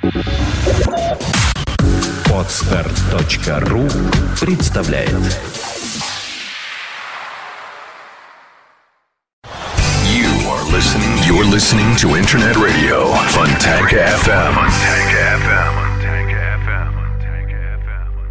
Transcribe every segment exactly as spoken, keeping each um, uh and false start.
Подстер точка ру представляет. You are listening. You're listening to Internet Radio Fontanka эф эм. Fontanka эф эм. Fontanka эф эм. Fontanka эф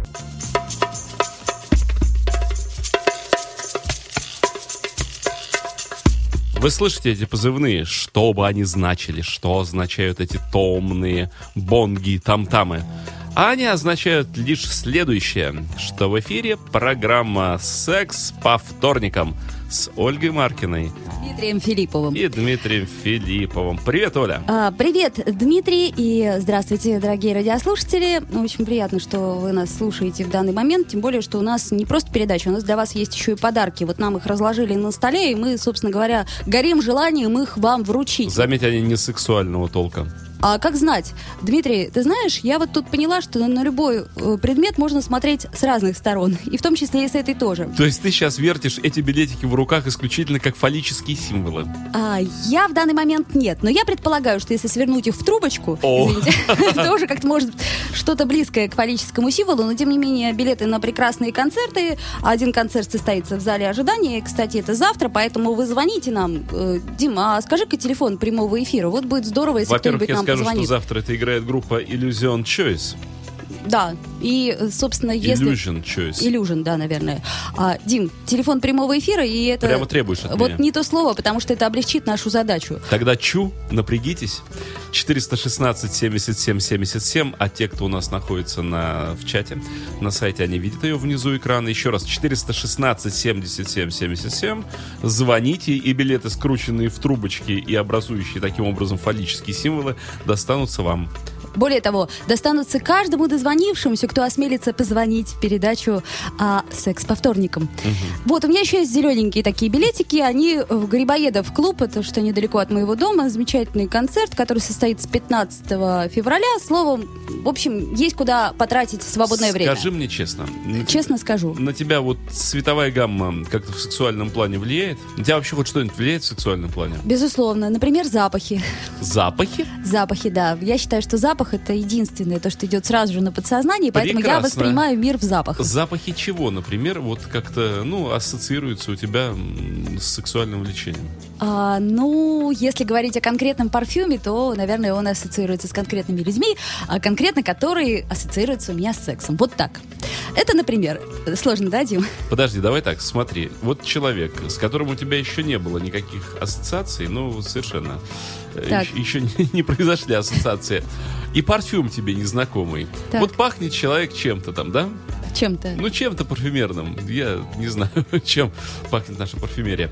эм. Вы слышите эти позывные? Что бы они значили? Что означают эти томные бонги, там-тамы? А они означают лишь следующее, что в эфире программа «Секс по вторникам» с Ольгой Маркиной, Дмитрием Филипповым и Дмитрием Филипповым. Привет, Оля. А, привет, Дмитрий, и здравствуйте, дорогие радиослушатели. Очень приятно, что вы нас слушаете в данный момент, тем более, что у нас не просто передача, у нас для вас есть еще и подарки. Вот нам их разложили на столе, и мы, собственно говоря, горим желанием их вам вручить. Заметь, они не сексуального толка. А как знать? Дмитрий, ты знаешь, я вот тут поняла, что на любой э, предмет можно смотреть с разных сторон, и в том числе и с этой тоже. То есть ты сейчас вертишь эти билетики в руках исключительно как фаллические символы? А, я в данный момент нет, но я предполагаю, что если свернуть их в трубочку, О. извините, то уже как-то может что-то близкое к фаллическому символу, но тем не менее билеты на прекрасные концерты. Один концерт состоится в зале ожидания, кстати, это завтра, поэтому вы звоните нам. Э, Дима, а скажи-ка телефон прямого эфира, вот будет здорово, если Во-первых, кто-нибудь я нам скажу, позвонит. что завтра это играет группа Illusion Choice. Да, и, собственно, если... Illusion Choice. Illusion, да, наверное. А, Дим, телефон прямого эфира, и это... Прямо требуешь от Вот меня. не то слово, потому что это облегчит нашу задачу. Тогда чу, напрягитесь. четыреста шестнадцать семьдесят семь семьдесят семь, а те, кто у нас находится на, в чате, на сайте, они видят ее внизу экрана. Еще раз, четыреста шестнадцать семьдесят семь семьдесят семь. Звоните, и билеты, скрученные в трубочки и образующие таким образом фаллические символы, достанутся вам. Более того, достанутся каждому дозвонившемуся, кто осмелится позвонить в передачу а, «Секс по вторникам». Угу. Вот, у меня еще есть зелененькие такие билетики. Они в Грибоедов клуб, это что недалеко от моего дома. Замечательный концерт, который состоится пятнадцатого февраля. Словом, в общем, есть куда потратить свободное время. Скажи мне честно. Честно скажу. На тебя вот цветовая гамма как-то в сексуальном плане влияет? На тебя вообще хоть что-нибудь влияет в сексуальном плане? Безусловно. Например, запахи. Запахи? Запахи, да. Я считаю, что запах — это единственное, то, что идет сразу же на подсознание, поэтому Прекрасно. я воспринимаю мир в запахах. Запахи чего, например, вот как-то, ну, ассоциируются у тебя с сексуальным влечением? А, ну, если говорить о конкретном парфюме, то, наверное, он ассоциируется с конкретными людьми, а конкретно которые ассоциируются у меня с сексом. Вот так. Это, например, сложно, да, Дим? Подожди, давай так, смотри. Вот человек, с которым у тебя еще не было никаких ассоциаций, ну, совершенно Так. еще, еще не, не произошли ассоциации. И парфюм тебе незнакомый. Так. Вот пахнет человек чем-то там, да? Чем-то. Ну, чем-то парфюмерным. Я не знаю, чем пахнет наша парфюмерия.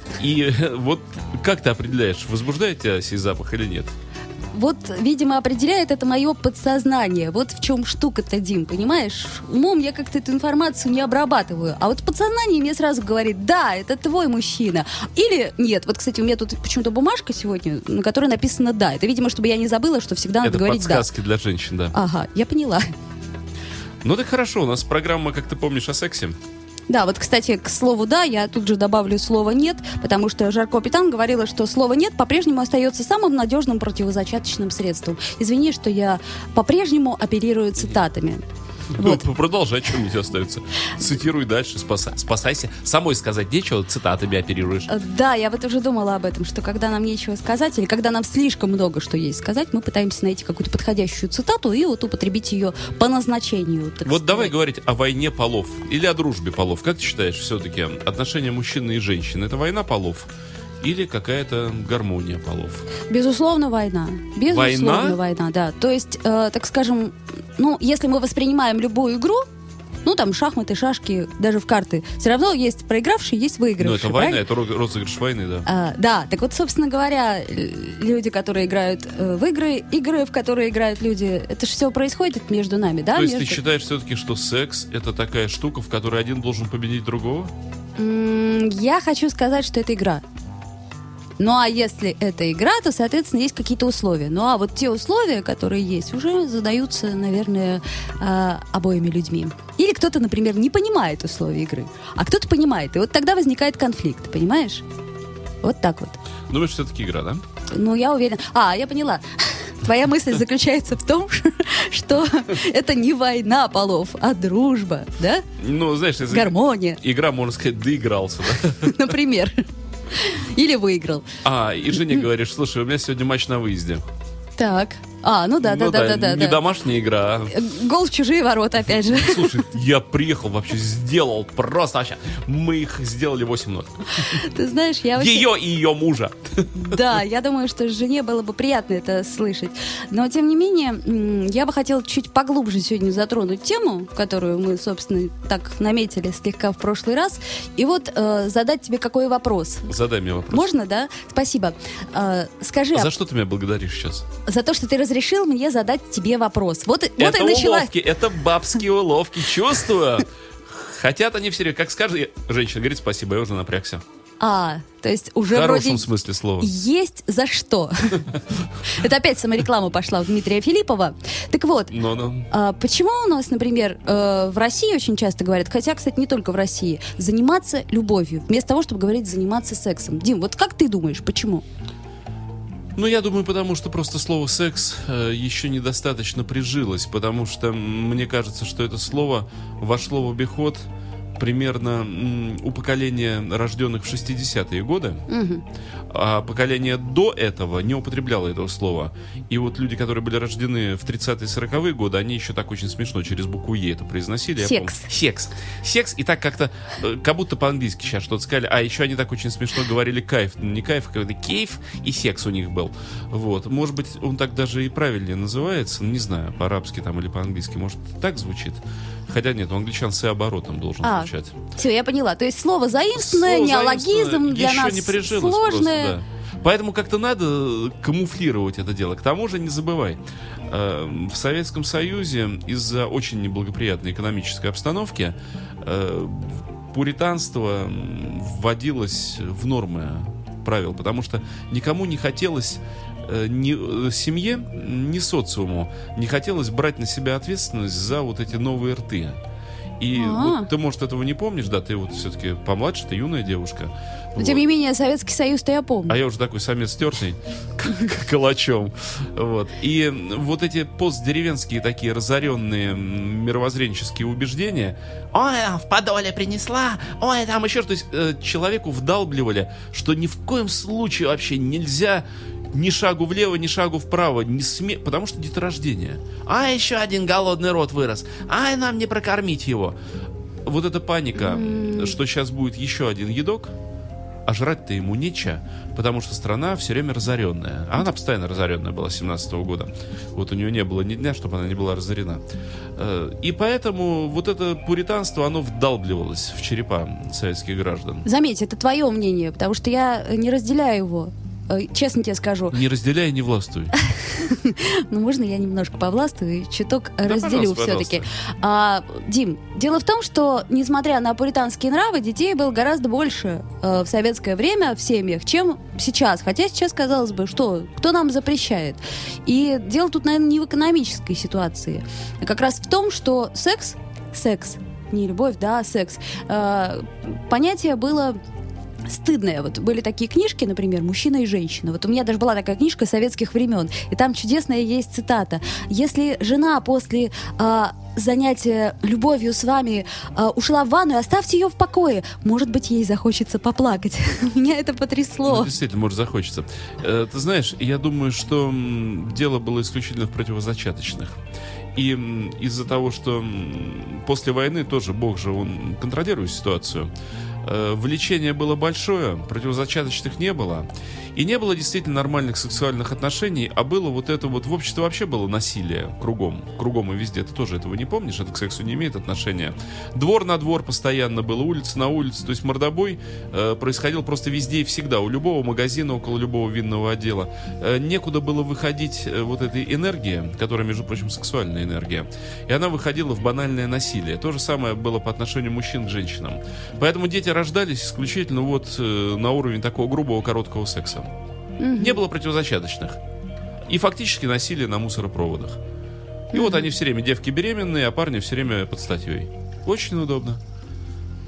И вот как ты определяешь, возбуждает тебя сей запах или нет? Вот, видимо, определяет это мое подсознание. Вот в чем штука-то, Дим, понимаешь? Умом я как-то эту информацию не обрабатываю. А вот подсознание мне сразу говорит: да, это твой мужчина. Или нет. Вот, кстати, у меня тут почему-то бумажка сегодня, на которой написано «да». Это, видимо, чтобы я не забыла, что всегда надо Это говорить «да». подсказки для женщин, да. Ага, я поняла. Ну так хорошо, у нас программа, как ты помнишь, о сексе. Да, вот, кстати, к слову «да» я тут же добавлю слово «нет», потому что Жарко Питан говорила, что слово «нет» по-прежнему остается самым надежным противозачаточным средством. Извини, что я по-прежнему оперирую цитатами. Вот. Ну, продолжай, что мне остается. Цитируй дальше, спасай, спасайся. Самой сказать нечего, цитатами оперируешь. Да, я вот уже думала об этом, что когда нам нечего сказать, или когда нам слишком много что есть сказать, мы пытаемся найти какую-то подходящую цитату и вот употребить ее по назначению. Так Вот сказать. давай говорить о войне полов или о дружбе полов. Как ты считаешь, все-таки отношения мужчины и женщины — это война полов или какая-то гармония полов? Безусловно, война. Безусловно, Война? война, да. То есть, э, так скажем, ну, если мы воспринимаем любую игру, ну, там, шахматы, шашки, даже в карты, все равно есть проигравшие, есть выигравшие. Ну, это война, правильно? это ро- розыгрыш войны, да. А, да, так вот, собственно говоря, люди, которые играют э, в игры, игры, в которые играют люди, это же все происходит между нами, да? То есть между... ты считаешь все-таки, что секс — это такая штука, в которой один должен победить другого? М, Я хочу сказать, что это игра. Ну, а если это игра, то, соответственно, есть какие-то условия. Ну, а вот те условия, которые есть, уже задаются, наверное, э, обоими людьми. Или кто-то, например, не понимает условия игры, а кто-то понимает. И вот тогда возникает конфликт, понимаешь? Вот так вот. Думаешь, все-таки игра, да? Ну, я уверена. А, я поняла. твоя мысль заключается в том, что это не война полов, а дружба, да? Ну, знаешь, если гармония. Игра, можно сказать, доигрался, да? Например. Или выиграл. А, и Жене говоришь, слушай, у меня сегодня матч на выезде. Так. А, ну да, ну, да, да, да, да. Не да. домашняя игра. Гол в чужие ворота, опять же. Слушай, я приехал, вообще сделал, просто вообще. Мы их сделали восемь ноль. Ты знаешь, я очень... Ее и ее мужа. Да, я думаю, что жене было бы приятно это слышать. Но, тем не менее, я бы хотела чуть поглубже сегодня затронуть тему, которую мы, собственно, так наметили слегка в прошлый раз. И вот э, задать тебе какой вопрос. Задай мне вопрос. Можно, да? Спасибо. Э, скажи... А за что ты меня благодаришь сейчас? За то, что ты разрешил мне задать тебе вопрос. Вот, это вот и начала... уловки, это бабские уловки, чувствую. Хотят они все время, как скажет женщина, говорит спасибо, я уже напрягся. А, то есть уже в хорошем вроде смысле слова. Есть за что. Это опять самореклама пошла у Дмитрия Филиппова. Так вот, а почему у нас, например, в России очень часто говорят, хотя, кстати, не только в России, заниматься любовью, вместо того, чтобы говорить заниматься сексом. Дим, вот как ты думаешь, почему? Ну, я думаю, потому что просто слово «секс» э, еще недостаточно прижилось, потому что мне кажется, что это слово вошло в обиход примерно м, у поколения, рожденных в шестидесятые годы, угу. а поколение до этого не употребляло этого слова. И вот люди, которые были рождены в тридцатые сороковые годы, они еще так очень смешно через букву «Е» это произносили. Секс. Секс. Секс. И так как-то, э, как будто по-английски сейчас что-то сказали. А еще они так очень смешно говорили «кайф». Не «кайф», а какой-то «кейф» и «секс» у них был. Вот. Может быть, он так даже и правильнее называется. Не знаю, по-арабски там или по-английски. Может, так звучит? Хотя нет, у англичан с оборотом должен а, звучать. Все, я поняла. То есть слово заимствованное, слово неологизм для еще нас не прижилось сложное. Просто, да. Поэтому как-то надо камуфлировать это дело. К тому же не забывай, э, в Советском Союзе из-за очень неблагоприятной экономической обстановки э, пуританство вводилось в нормы правил, потому что никому не хотелось ни семье, ни социуму не хотелось брать на себя ответственность за вот эти новые рты. И вот ты, может, этого не помнишь, да, ты вот все-таки помладше, ты юная девушка. Но, вот. Тем не менее, Советский Союз-то я помню. А я уже такой самец тертый, калачом. Вот. И вот эти постдеревенские такие разоренные мировоззренческие убеждения, ой, в подоле принесла, ой, там еще, то есть человеку вдалбливали, что ни в коем случае вообще нельзя ни шагу влево, ни шагу вправо, не сме... потому что деторождение. А еще один голодный род вырос. Ай, нам не прокормить его. Вот эта паника, mm. что сейчас будет еще один едок, а жрать-то ему нечего, потому что страна все время разоренная. А она постоянно разоренная была с семнадцатого года. Вот у нее не было ни дня, чтобы она не была разорена. И поэтому вот это пуританство, оно вдалбливалось в черепа советских граждан. Заметь, это твое мнение, потому что я не разделяю его. Честно тебе скажу. Не разделяй, не властвуй. Ну, можно я немножко повластвую и чуток да, разделю все-таки. А, Дим, дело в том, что, несмотря на пуританские нравы, детей было гораздо больше э, в советское время в семьях, чем сейчас. Хотя сейчас, казалось бы, что, кто нам запрещает? И дело тут, наверное, не в экономической ситуации. А как раз в том, что секс, секс, не любовь, да, а секс, э, понятие было... стыдное. Вот были такие книжки, например, «Мужчина и женщина». Вот у меня даже была такая книжка советских времен, и там чудесная есть цитата. «Если жена после а, занятия любовью с вами а, ушла в ванную, оставьте ее в покое. Может быть, ей захочется поплакать». Меня это потрясло. Ну, действительно, может, захочется. Э, ты знаешь, я думаю, что м, дело было исключительно в противозачаточных. И м, из-за того, что м, после войны тоже, Бог же, он контролирует ситуацию, влечение было большое, противозачаточных не было. И не было действительно нормальных сексуальных отношений, а было вот это вот, в обществе вообще было насилие кругом, кругом и везде. Ты тоже этого не помнишь, это к сексу не имеет отношения. Двор на двор постоянно было, улица на улице, то есть мордобой э, происходил просто везде и всегда, у любого магазина, около любого винного отдела. Э, некуда было выходить э, вот этой энергии, которая, между прочим, сексуальная энергия, и она выходила в банальное насилие. То же самое было по отношению мужчин к женщинам. Поэтому дети рождались исключительно вот э, на уровне такого грубого короткого секса. Mm-hmm. Не было противозачаточных. И фактически насилие на мусоропроводах. И mm-hmm. вот они все время, девки беременные, а парни все время под статьей. Очень удобно.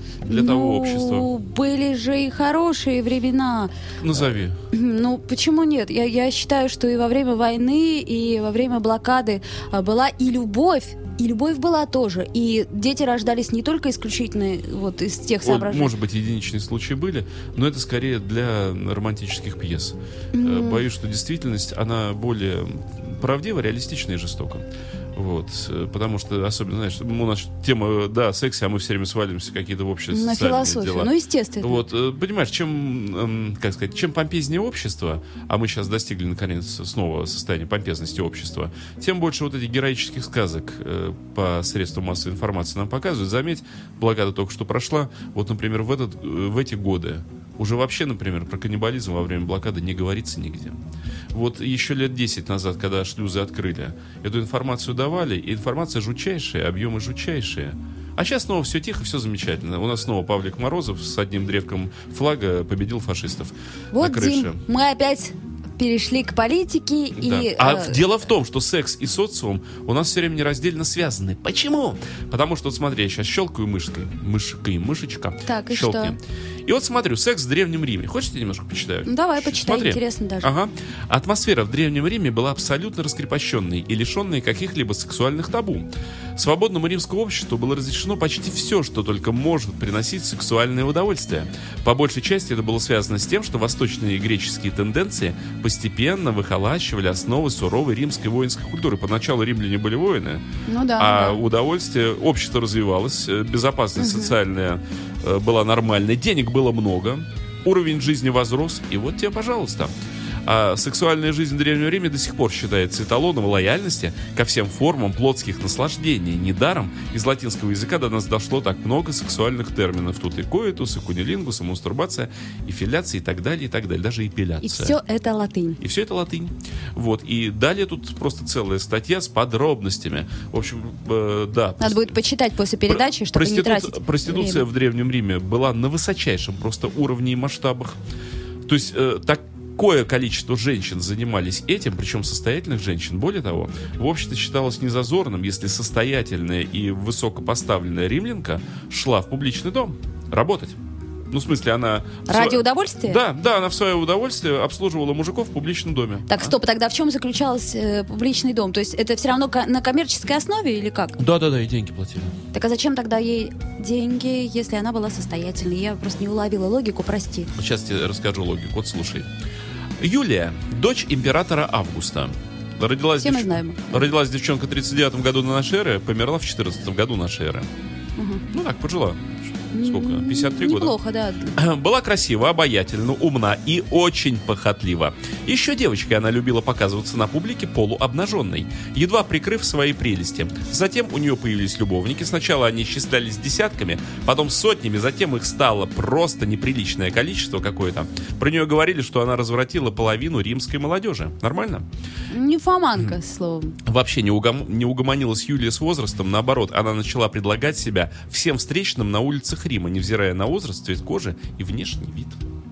для ну, того общества? Были же и хорошие времена. Назови. Ну, почему нет? Я, я считаю, что и во время войны, и во время блокады а, была и любовь. И любовь была тоже. И дети рождались не только исключительно вот из тех соображений. Может быть, единичные случаи были, но это скорее для романтических пьес. Mm-hmm. Боюсь, что действительность, она более правдива, реалистична и жестока. Вот, потому что, особенно, знаешь, у нас тема, да, о сексе, а мы все время свалимся какие-то общие на социальные философию, дела. Ну, естественно. Вот, понимаешь, чем, как сказать, чем помпезнее общество, а мы сейчас достигли, наконец, снова состояния помпезности общества, тем больше вот этих героических сказок э, по средствам массовой информации нам показывают. Заметь, блокада только что прошла, вот, например, в, этот, в эти годы уже вообще, например, про каннибализм во время блокады не говорится нигде. Вот еще лет десять назад, когда шлюзы открыли, эту информацию давали, и информация жутчайшая, объемы жутчайшие. А сейчас снова все тихо, все замечательно. У нас снова Павлик Морозов с одним древком флага победил фашистов вот, на крыше. Дим, мы опять перешли к политике. Да. И, а э... дело в том, что секс и социум у нас все время нераздельно связаны. Почему? Потому что, вот смотри, я сейчас щелкаю мышкой. Мышкой, мышечка. Так, и щелкни. что? И вот смотрю, секс в Древнем Риме. Хочешь, я немножко почитаю? Ну, давай, почитай, Смотри. Интересно даже. Ага. Атмосфера в Древнем Риме была абсолютно раскрепощенной и лишенной каких-либо сексуальных табу. Свободному римскому обществу было разрешено почти все, что только может приносить сексуальное удовольствие. По большей части это было связано с тем, что восточные греческие тенденции постепенно выхолащивали основы суровой римской воинской культуры. Поначалу римляне были воины, ну, да, а да. удовольствие, общество развивалось, безопасность угу. социальная э, была нормальной, денег было много, уровень жизни возрос, и вот тебе, пожалуйста. А сексуальная жизнь в Древнем Риме до сих пор считается эталоном лояльности ко всем формам плотских наслаждений. Недаром из латинского языка до нас дошло так много сексуальных терминов. Тут и коитус, и кунилингус, и мастурбация, и филляция, и так далее, и так далее. Даже эпиляция. И все это латынь. И все это латынь. Вот. И далее тут просто целая статья с подробностями. В общем, э, да. Надо будет почитать после передачи, чтобы Проститут... не тратить Проституция время. в Древнем Риме была на высочайшем просто уровне и масштабах. То есть э, так Такое количество женщин занимались этим, причем состоятельных женщин. Более того, в обществе считалось незазорным, если состоятельная и высокопоставленная римлянка шла в публичный дом работать. Ну, в смысле, она... Ради сво... удовольствия? Да, да, она в свое удовольствие обслуживала мужиков в публичном доме. Так, а? стоп, тогда в чем заключался э, публичный дом? То есть это все равно ко- на коммерческой основе или как? Да-да-да, и деньги платили. Так а зачем тогда ей деньги, если она была состоятельной? Я просто не уловила логику, прости. Сейчас тебе расскажу логику. Вот слушай. Юлия, дочь императора Августа. Родилась, Все мы девч... знаем. Родилась девчонка в тридцать девятом году до нашей эры, померла в четырнадцатом году нашей эры. Угу. Ну так, пожила. Сколько? пятьдесят три года. Неплохо, да. Была красива, обаятельна, умна и очень похотлива. Еще девочкой она любила показываться на публике полуобнаженной, едва прикрыв свои прелести. Затем у нее появились любовники. Сначала они исчислялись десятками, потом сотнями, затем их стало просто неприличное количество какое-то. Про нее говорили, что она развратила половину римской молодежи. Нормально? Нимфоманка, mm. словом. Вообще не, угом... не угомонилась Юлия с возрастом. Наоборот, она начала предлагать себя всем встречным на улицах Рима, невзирая на возраст, цвет кожи и внешний вид.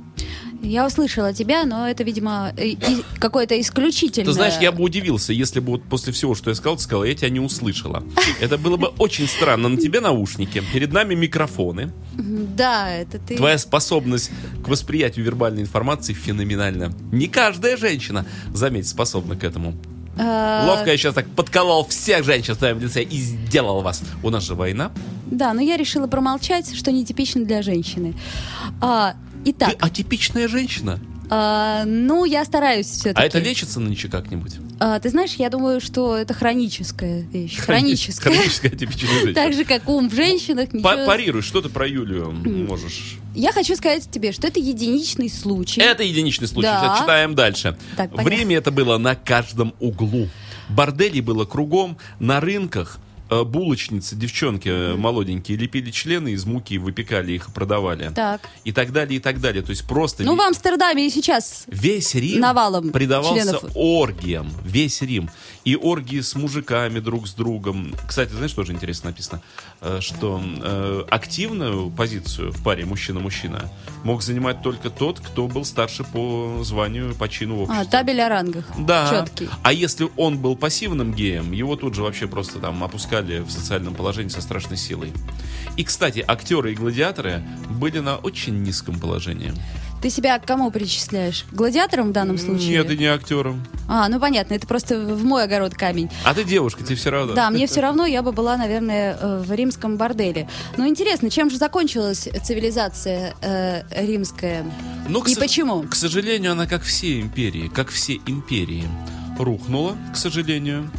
Я услышала тебя, но это, видимо, и какое-то исключительное... Ты знаешь, я бы удивился, если бы вот после всего, что я сказал, ты сказала, я тебя не услышала. Это было бы очень странно. На тебе наушники, перед нами микрофоны. Да, это ты... Твоя способность к восприятию вербальной информации феноменальна. Не каждая женщина, заметь, способна к этому. Ловко я сейчас так подколол всех женщин в твоем лице и сделал вас. У нас же война. Да, но я решила промолчать, что нетипично для женщины. А, итак. Ты атипичная женщина? А, ну, я стараюсь все-таки. А это лечится нынче как-нибудь? А, ты знаешь, я думаю, что это хроническая вещь. Хроническая. Хроническая атипичная женщина. Так же, как ум в женщинах. Ничего... Парируй, что ты про Юлию можешь... Я хочу сказать тебе, что это единичный случай. Это единичный случай. Да. Сейчас читаем дальше. Так, в Риме это было на каждом углу. Борделей было кругом, на рынках. Булочницы, девчонки молоденькие, лепили члены из муки, выпекали их и продавали. Так. И так далее, и так далее. То есть просто... Ну, в Амстердаме и сейчас весь Рим навалом предавался членов. оргиям. Весь Рим. И оргии с мужиками друг с другом. Кстати, знаешь, тоже интересно написано, что э, активную позицию в паре мужчина-мужчина мог занимать только тот, кто был старше по званию, по чину в обществе. А, табель о рангах. Да. Четкий. А если он был пассивным геем, его тут же вообще просто там опускали держали в социальном положении со страшной силой. И, кстати, актеры и гладиаторы были на очень низком положении. Ты себя к кому причисляешь? К гладиаторам в данном случае? Нет, и не актерам. А, ну понятно, это просто в мой огород камень. А ты девушка, тебе все равно. Да, мне все равно, я бы была, наверное, в римском борделе. Но интересно, чем же закончилась цивилизация э, римская? Ну, и к почему? К сожалению, она, как все империи, как все империи, рухнула, к сожалению.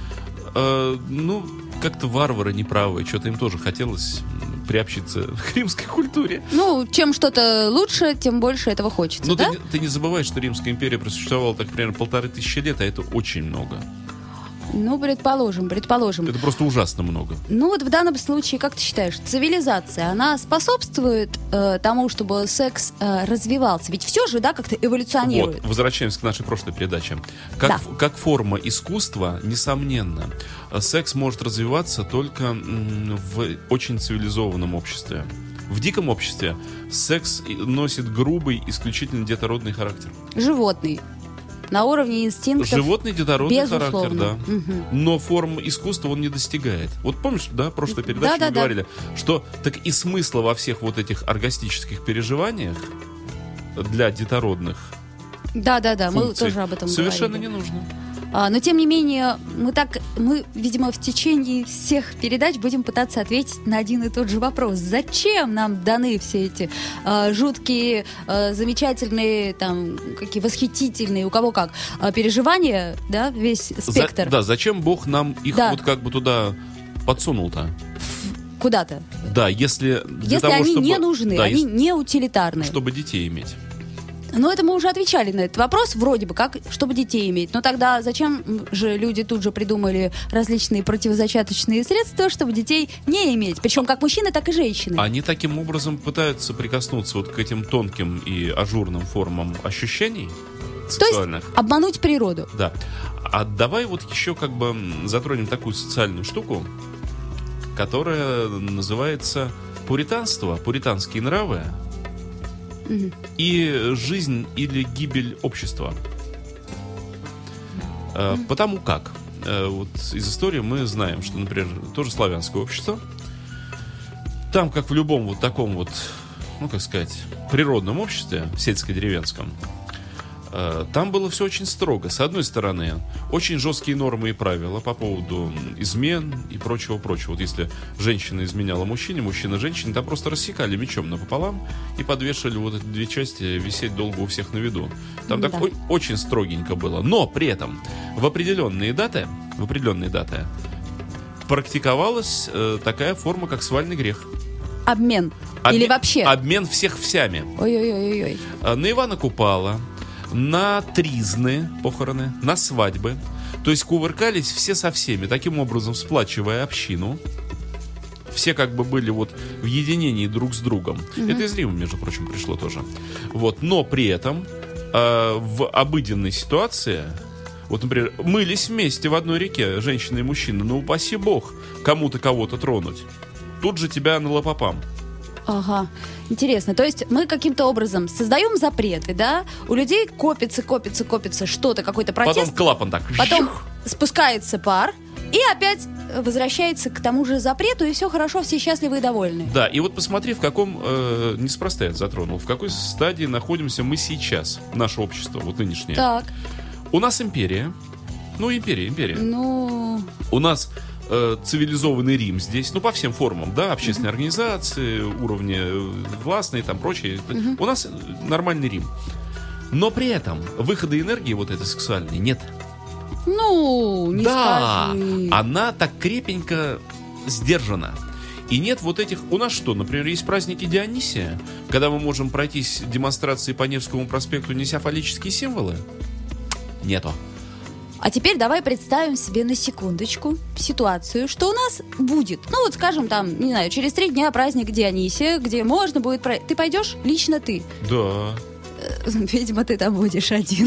Э, ну, как-то варвары неправые, что-то им тоже хотелось приобщиться к римской культуре. Ну, чем что-то лучше, тем больше этого хочется, Но да? ты, ты не забывай, что Римская империя просуществовала так примерно полторы тысячи лет, а это очень много. Ну, предположим, предположим. Это просто ужасно много. Ну вот в данном случае, как ты считаешь, цивилизация, она способствует э, тому, чтобы секс э, развивался? Ведь все же, да, как-то эволюционирует. Вот, возвращаемся к нашей прошлой передаче. Как, Да. ф- как форма искусства, несомненно, секс может развиваться только м, в очень цивилизованном обществе. В диком обществе секс и- носит грубый, исключительно детородный характер. Животный. На уровне инстинктов. Животный детородный безусловно. характер, да. Мгм. Но форм искусства он не достигает. Вот помнишь, да, в прошлой передаче Да, мы да, да. говорили, что так и смысла во всех вот этих оргастических переживаниях для детородных Да-да-да, мы функций тоже об этом совершенно говорили. не нужно. А, но тем не менее, мы так, мы, видимо, в течение всех передач будем пытаться ответить на один и тот же вопрос. Зачем нам даны все эти а, жуткие, а, замечательные, там, какие восхитительные, у кого как, а, переживания, да, весь За- спектр да, зачем Бог нам их Да. вот как бы туда подсунул-то? куда-то. Да, если для Если того, они чтобы, не нужны, да, они если- не утилитарны. чтобы детей иметь. Но это мы уже отвечали на этот вопрос, вроде бы, как, чтобы детей иметь. Но тогда зачем же люди тут же придумали различные противозачаточные средства, чтобы детей не иметь? Причем как мужчины, так и женщины. Они таким образом пытаются прикоснуться вот к этим тонким и ажурным формам ощущений То сексуальных. есть обмануть природу. Да. А давай вот еще как бы м, затронем такую социальную штуку, которая называется пуританство, пуританские нравы и жизнь или гибель общества. Э, Потому как э, вот из истории мы знаем, что, например, тоже славянское общество, там, как в любом вот таком вот, ну, как сказать, природном обществе, сельско-деревенском, э, там было все очень строго. С одной стороны, очень жесткие нормы и правила по поводу измен и прочего-прочего. Вот если женщина изменяла мужчине, мужчина женщине, там просто рассекали мечом напополам и подвешивали вот эти две части висеть долго у всех на виду. Там Да. так о- очень строгенько было. Но при этом в определенные даты, в определенные даты практиковалась э, такая форма, как свальный грех. Обмен. Обмен- Или вообще. Обмен всех всями. Ой-ой-ой-ой. А, На Ивана Купала, на тризны, похороны, на свадьбы. То есть кувыркались все со всеми, таким образом сплачивая общину. Все как бы были вот в единении друг с другом. Это из Рима, между прочим, пришло тоже. Вот. Но при этом э, в обыденной ситуации, вот, например, мылись вместе в одной реке женщина и мужчина, ну упаси бог кому-то кого-то тронуть. Тут же тебя на лопопам. Ага, интересно. То есть мы каким-то образом создаем запреты, да? У людей копится, копится, копится что-то, какой-то протест. Потом клапан так. Потом спускается пар и опять возвращается к тому же запрету, и все хорошо, все счастливы и довольны. Да, и вот посмотри, в каком, э, неспроста я это затронул, в какой стадии находимся мы сейчас, наше общество, вот нынешнее. Так, У нас империя, ну империя, империя. ну... У нас э, цивилизованный Рим здесь, ну по всем формам, да, общественные организации, уровни э, властные, там прочее. У нас нормальный Рим. Но при этом выхода энергии вот этой сексуальной нет. Ну, не Да, скажи. она так крепенько сдержана. И нет вот этих... У нас что, например, есть праздники Дионисия, когда мы можем пройтись демонстрации по Невскому проспекту, неся фаллические символы? Нету. А теперь давай представим себе на секундочку ситуацию, что у нас будет. Ну вот, скажем, там, не знаю, через три дня праздник Дионисия, где можно будет... Про... Ты пойдешь? Лично ты. Да. Видимо, ты там будешь один.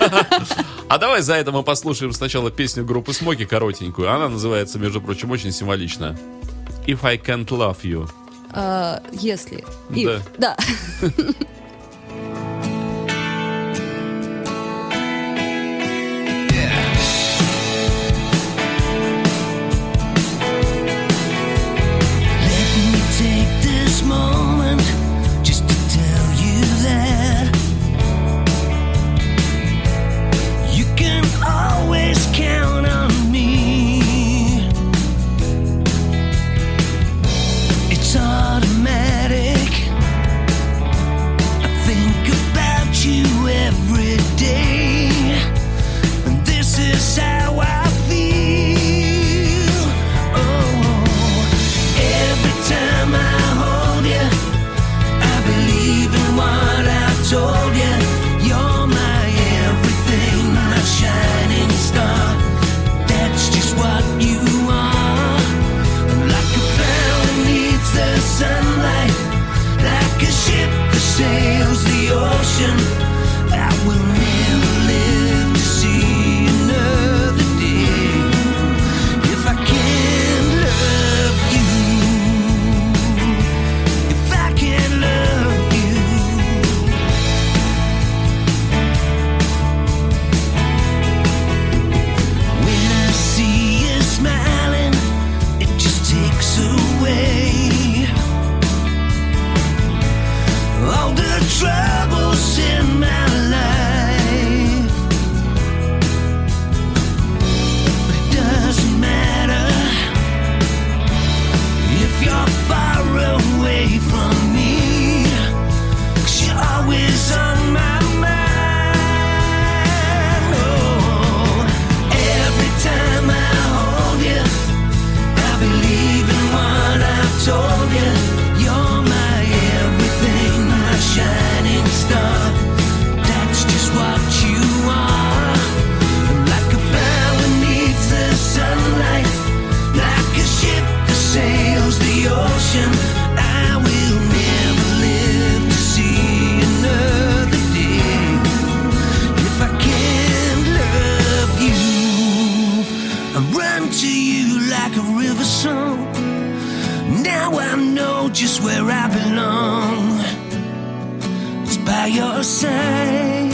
А давай за это мы послушаем сначала песню группы Смоки коротенькую. Она называется, между прочим, очень символично. If I Can't Love You. А, Если. И- Да. Да. like a river song. Now I know just where I belong. It's by your side.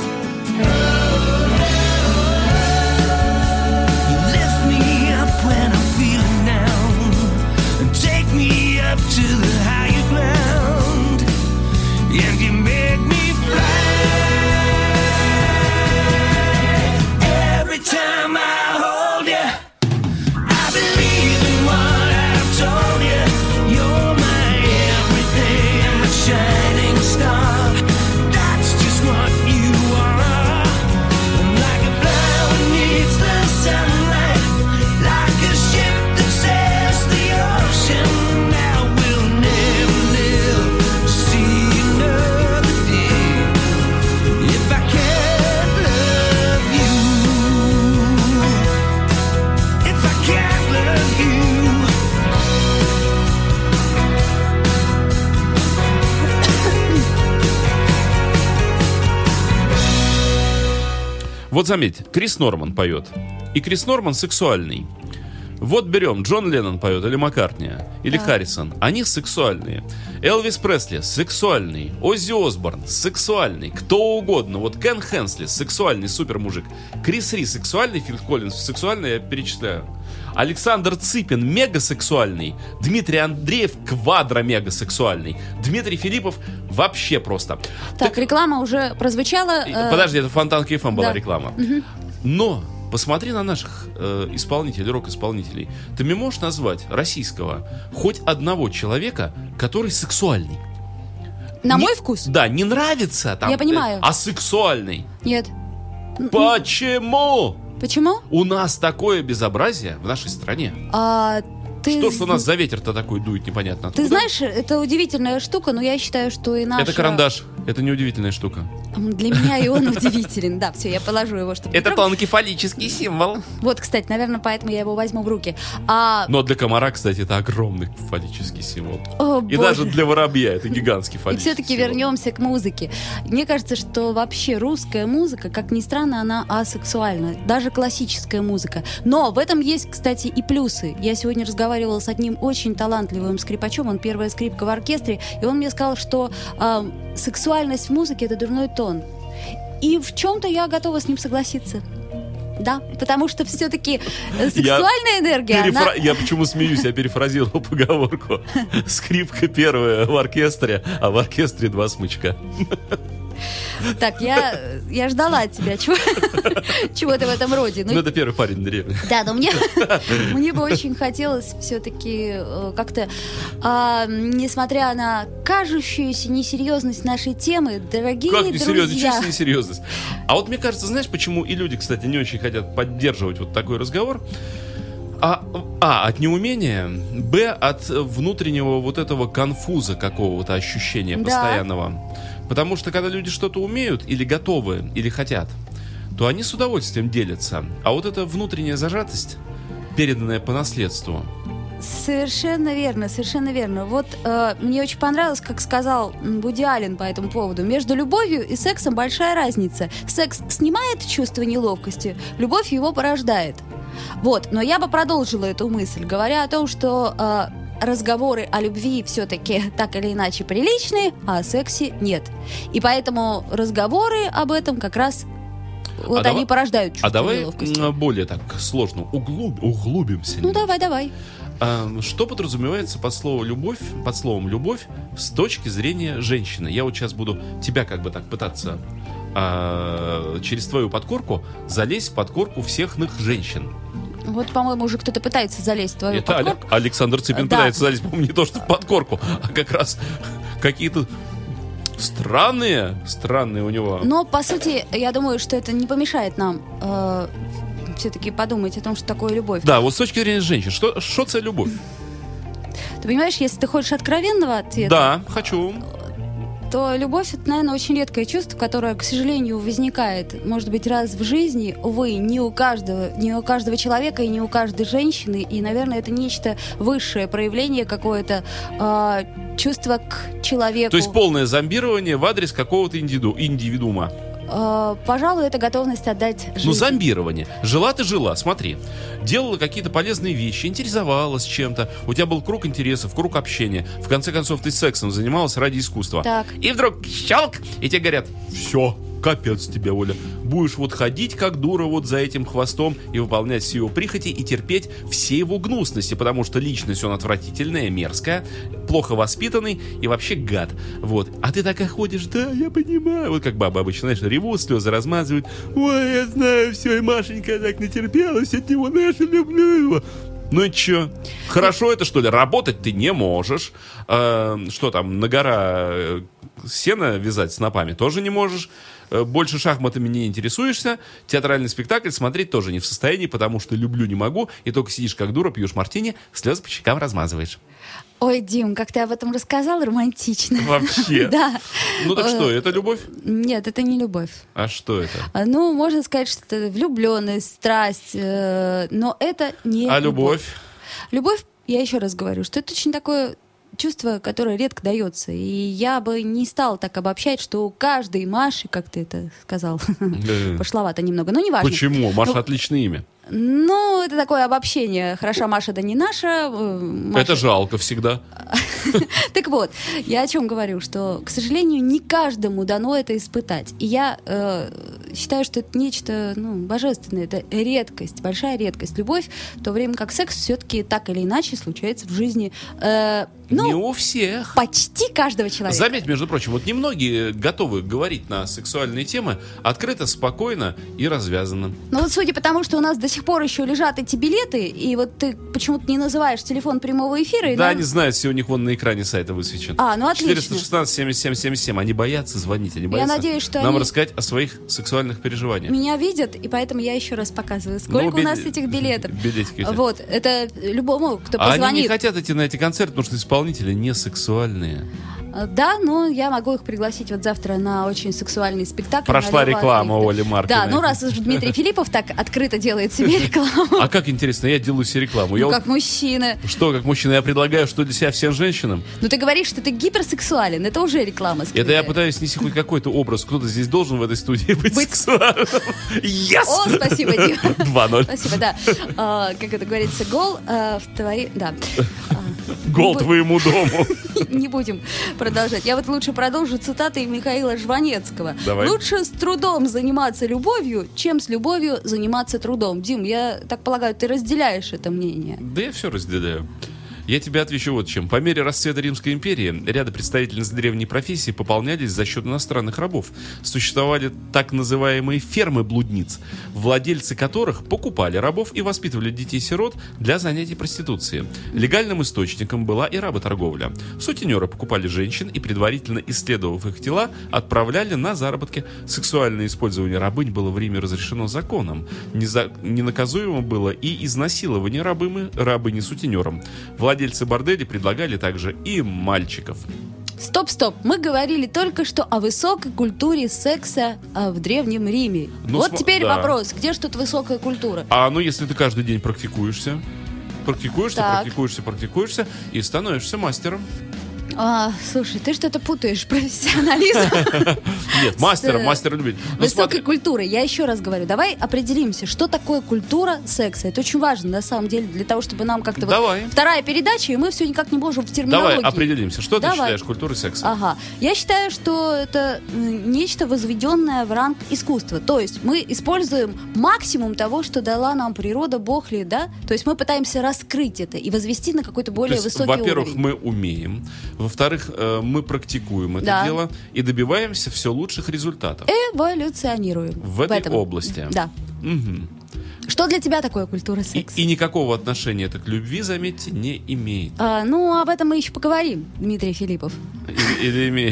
You lift me up when I'm feeling down, and take me up to the higher ground, and you make me fly. Every time I hold you, I believe in what I've told you. You're my everything, my shining star. That's just what you are. Like a flower needs the sunlight, like a ship that sails the ocean. I will never live to see another day if I can't love you. If I can't love you. Вот заметь, Крис Норман поет. И Крис Норман сексуальный. Вот берем, Джон Леннон поет, или Маккартни, или Да. Харрисон. Они сексуальные. Элвис Пресли сексуальный. Оззи Осборн сексуальный. Кто угодно. Вот Кен Хенсли сексуальный супермужик. Крис Ри сексуальный. Фил Коллинз сексуальный, я перечисляю. Александр Цыпин мегасексуальный. Дмитрий Андреев квадро-мегасексуальный. Дмитрий Филиппов вообще просто. Так, реклама уже прозвучала. э, Подожди, это Фонтанка эф эм была да. реклама. Но посмотри на наших э, исполнителей, рок-исполнителей. Ты мне можешь назвать российского хоть одного человека, который сексуальный? На Не- мой вкус? Да, не нравится там. Я понимаю. э, А сексуальный. Нет. Почему? Почему? У нас такое безобразие в нашей стране. А, ты Что ж з- у нас за ветер-то такой дует непонятно Ты откуда? знаешь, это удивительная штука, но я считаю, что и наша... Это карандаш. Это неудивительная штука. Для меня и он удивителен. Да, все, я положу его, чтобы... Это тонкий фаллический символ. Вот, кстати, наверное, поэтому я его возьму в руки. А, Но для комара, кстати, это огромный фаллический символ. о, И боже. даже для воробья это гигантский И фаллический все-таки символ. вернемся к музыке. Мне кажется, что вообще русская музыка, как ни странно, она асексуальна. Даже классическая музыка. Но в этом есть, кстати, и плюсы. Я сегодня разговаривала с одним очень талантливым скрипачом. Он первая скрипка в оркестре. И он мне сказал, что э, сексуальность в музыке — это дурной тон. И в чем-то я готова с ним согласиться. Да, потому что все-таки сексуальная энергия, Перефра- она... Я почему смеюсь, я перефразировал поговорку. Скрипка первая в оркестре, а в оркестре два смычка. Так, я, я ждала от тебя чего, чего-то в этом роде. Ну, Ну, это первый парень на деревне. да, но мне, мне бы очень хотелось все-таки э, как-то, а, несмотря на кажущуюся несерьезность нашей темы, дорогие Как несерьезно, друзья... чисто несерьезность. А вот мне кажется, знаешь, почему и люди, кстати, не очень хотят поддерживать вот такой разговор? А, а, от неумения, б, от внутреннего вот этого конфуза какого-то ощущения Да. постоянного. Потому что когда люди что-то умеют или готовы, или хотят, то они с удовольствием делятся. А вот эта внутренняя зажатость, переданная по наследству, Совершенно верно, совершенно верно. Вот э, мне очень понравилось, как сказал м, Вуди Аллен по этому поводу. Между любовью и сексом большая разница. Секс снимает чувство неловкости, любовь его порождает. Вот, но я бы продолжила эту мысль, говоря о том, что э, разговоры о любви все-таки так или иначе приличные, а о сексе нет. И поэтому разговоры об этом как раз вот А они давай- порождают чувство а давай неловкости. м, более так сложно углуб- углубимся. Ну немного. давай, давай. А, что подразумевается под словом «любовь», под словом «любовь» с точки зрения женщины? Я вот сейчас буду тебя как бы так пытаться а, через твою подкорку залезть в подкорку всех иных женщин. Вот, по-моему, уже кто-то пытается залезть в твою Это Аля- подкорку. Александр Цыпин Да. пытается залезть, по-моему, не то что в подкорку, а как раз какие-то странные, странные у него... Но, по сути, я думаю, что это не помешает нам э, все-таки подумать о том, что такое любовь. Да, вот с точки зрения женщин, что, что это любовь? Ты понимаешь, если ты хочешь откровенного ответа, Да, хочу. то любовь — это, наверное, очень редкое чувство, которое, к сожалению, возникает, может быть, раз в жизни, увы, не у каждого, не у каждого человека и не у каждой женщины, и, наверное, это нечто высшее проявление какое-то э, чувства к человеку. То есть полное зомбирование в адрес какого-то индиду, индивидуума. э, пожалуй, это готовность отдать жизнь. Ну, зомбирование. Жила ты жила, смотри. Делала какие-то полезные вещи, интересовалась чем-то. У тебя был круг интересов, круг общения. В конце концов, ты сексом занималась ради искусства. Так. И вдруг щелк, и тебе говорят: все, капец тебе, Оля. Будешь вот ходить как дура вот за этим хвостом и выполнять все его прихоти и терпеть все его гнусности, потому что личность он отвратительная, мерзкая, плохо воспитанный и вообще гад. Вот. А ты такая ходишь: да, я понимаю. Вот как бабы обычно, знаешь, ревут, слезы размазывают. Ой, я знаю, все, и Машенька так натерпелась от него, но я же люблю его. Ну и чё? Хорошо это, что ли? Работать ты не можешь. Э, что там, на гора э, сено вязать снопами тоже не можешь. Э, больше шахматами не интересуешься. Театральный спектакль смотреть тоже не в состоянии, потому что люблю не могу. И только сидишь как дура, пьешь мартини, слезы по щекам размазываешь. Ой, Дим, как ты об этом рассказал, романтично. Вообще? Да. Ну так что, это любовь? Нет, это не любовь. А что это? А, Ну, можно сказать, что это влюбленность, страсть, э, но это не А любовь? Любовь, я еще раз говорю, что это очень такое чувство, которое редко дается. И я бы не стала так обобщать, что у каждой Маши, как ты это сказал, Да. пошловато немного, но неважно. Почему? Маша Ну, отличное имя. Ну, это такое обобщение. Хороша Маша, да не наша. э, Маша- Это жалко всегда. Так вот, я о чем говорю, что, к сожалению, не каждому дано это испытать. И я э, считаю, что это нечто ну, божественное, это редкость, большая редкость. Любовь, в то время как секс все-таки так или иначе случается в жизни, э, ну, Не у всех. почти каждого человека. Заметь, между прочим, вот немногие готовы говорить на сексуальные темы открыто, спокойно и развязанно. Ну вот судя по тому, что у нас до сих пор еще лежат эти билеты, и вот ты почему-то не называешь телефон прямого эфира. И Да, нам- они знают, все у них вон на экране сайта высвечен. А, ну отлично. четыреста шестнадцать семьдесят семь семьдесят семь. Они боятся звонить, они боятся надеюсь, что нам они- рассказать о своих сексуальных переживаниях. Меня видят, и поэтому я еще раз показываю, сколько Ну, у нас билет- этих билетов. билетики эти. Вот, это любому, кто А они не позвонит. хотят идти на эти концерты, потому что исполнители не сексуальные. Да, но я могу их пригласить вот завтра на очень сексуальный спектакль. Прошла на Льва реклама Лихта. Оли Маркиной. Да, ну раз уж Дмитрий Филиппов так открыто делает себе рекламу. А как интересно, я делаю себе рекламу. Я Ну, вот- как мужчина. Что, как мужчина, я предлагаю, что для себя всем женщинам? Ну, ты говоришь, что ты гиперсексуален. Это уже реклама. Это скрытая. я пытаюсь нести хоть какой-то образ. Кто-то здесь должен в этой студии быть, Быть- сексуальным. Yes! О, спасибо, Дима. два ноль. Спасибо, да. А, как это говорится, гол а, в твоей... Да. А, Гол не бу- твоему дому. Не будем продолжать. Я вот лучше продолжу цитатой Михаила Жванецкого. Давай. Лучше с трудом заниматься любовью, чем с любовью заниматься трудом. Дим, я так полагаю, ты разделяешь это мнение. Да я все разделяю. Я тебе отвечу вот чем. По мере расцвета Римской империи ряды представительниц древней профессии пополнялись за счет иностранных рабов. Существовали так называемые фермы блудниц, владельцы которых покупали рабов и воспитывали детей-сирот для занятий проституцией. Легальным источником была и работорговля. Сутенеры покупали женщин и, предварительно исследовав их тела, отправляли на заработки. Сексуальное использование рабынь было в Риме разрешено законом. Неза- Ненаказуемо было и изнасилование рабыми, рабыни сутенером. Владельцы борделей предлагали также и мальчиков. Стоп, стоп. Мы говорили только что о высокой культуре секса а, в Древнем Риме. Ну, вот см- теперь да. вопрос. Где же тут высокая культура? А ну если ты каждый день практикуешься, практикуешься, Так. практикуешься, практикуешься и становишься мастером. А, слушай, ты что-то путаешь профессионализм Нет, мастером, э, мастер любит. Ну, высокой смотри, культуры. Я еще раз говорю, давай определимся, что такое культура секса. Это очень важно, на самом деле, для того, чтобы нам как-то... вот Давай. Вторая передача, и мы все никак не можем в терминологии. давай определимся. Что ты Давай. считаешь культурой секса? Ага. Я считаю, что это м, нечто возведенное в ранг искусства. То есть мы используем максимум того, что дала нам природа, Бог ли, да? То есть мы пытаемся раскрыть это и возвести на какой-то То более есть, высокий во-первых, уровень. мы умеем. Во-вторых, э, мы практикуем это Да. дело и добиваемся все лучших результатов. Эволюционируем. В этой этом. области. Да. Мгм. Что для тебя такое культура И, секса? и никакого отношения это к любви, заметьте, не имеет. А, ну, об этом мы еще поговорим, Дмитрий Филиппов. Или, или имеет.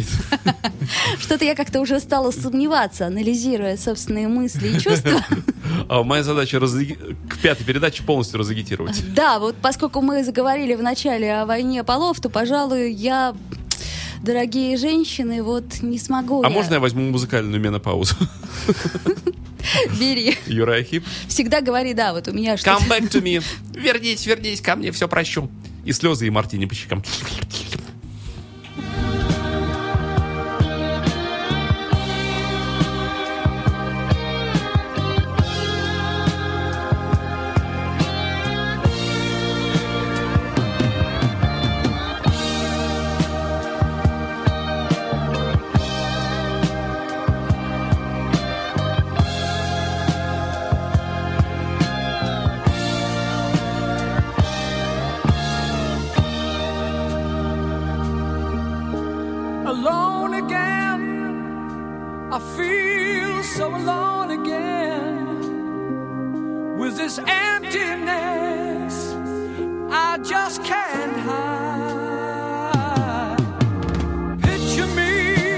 Что-то я как-то уже стала сомневаться, анализируя собственные мысли и чувства. А моя задача разаги- к пятой передаче полностью разагитировать. Да, вот поскольку мы заговорили в начале о войне полов, то, пожалуй, я, дорогие женщины, вот не смогу. А можно я возьму музыкальную менопаузу? Бери. Юрай Хип. Всегда говори, да, вот у меня что-то... Come back to me. Вернись, вернись ко мне, все прощу. И слезы, и мартини по щекам. I feel so alone again with this emptiness I just can't hide. Picture me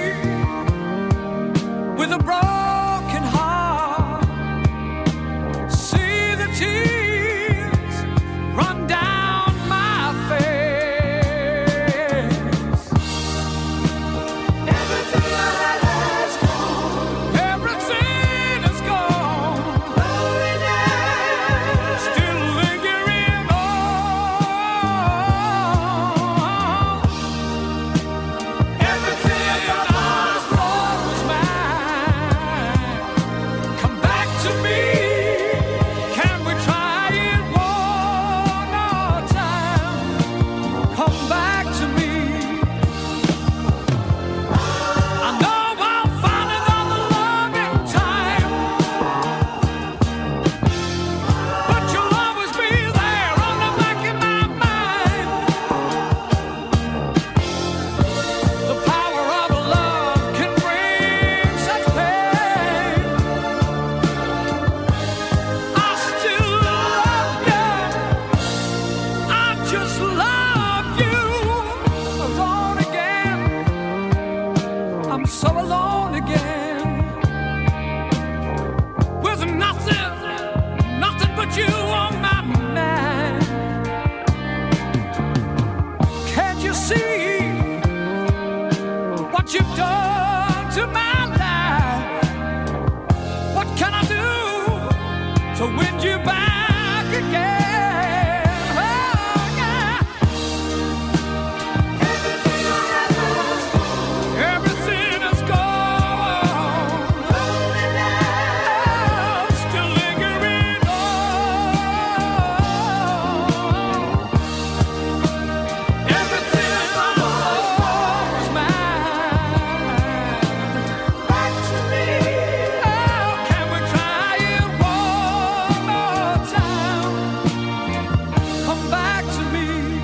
with a broken heart, see the tears run down my face. Everything I had is gone. Everything is gone. Loneliness still lingering on. Everything I thought was mine, come back to me. Can we try it one more time? Come back to me. I know I'll find another love in time, but you'll always be there on the back of my mind. The power of love can bring such pain. I still love you. I just love you. Alone again. I'm so alone again. With nothing, nothing but you on my mind. Can't you see what you've done to my life? What can I do to win you back again? Oh, yeah. Everything I had was gone. Everything is gone. Loneliness still lingering on. Everything I thought was mine, back to me. Oh, can we try it one more time? Come back to me.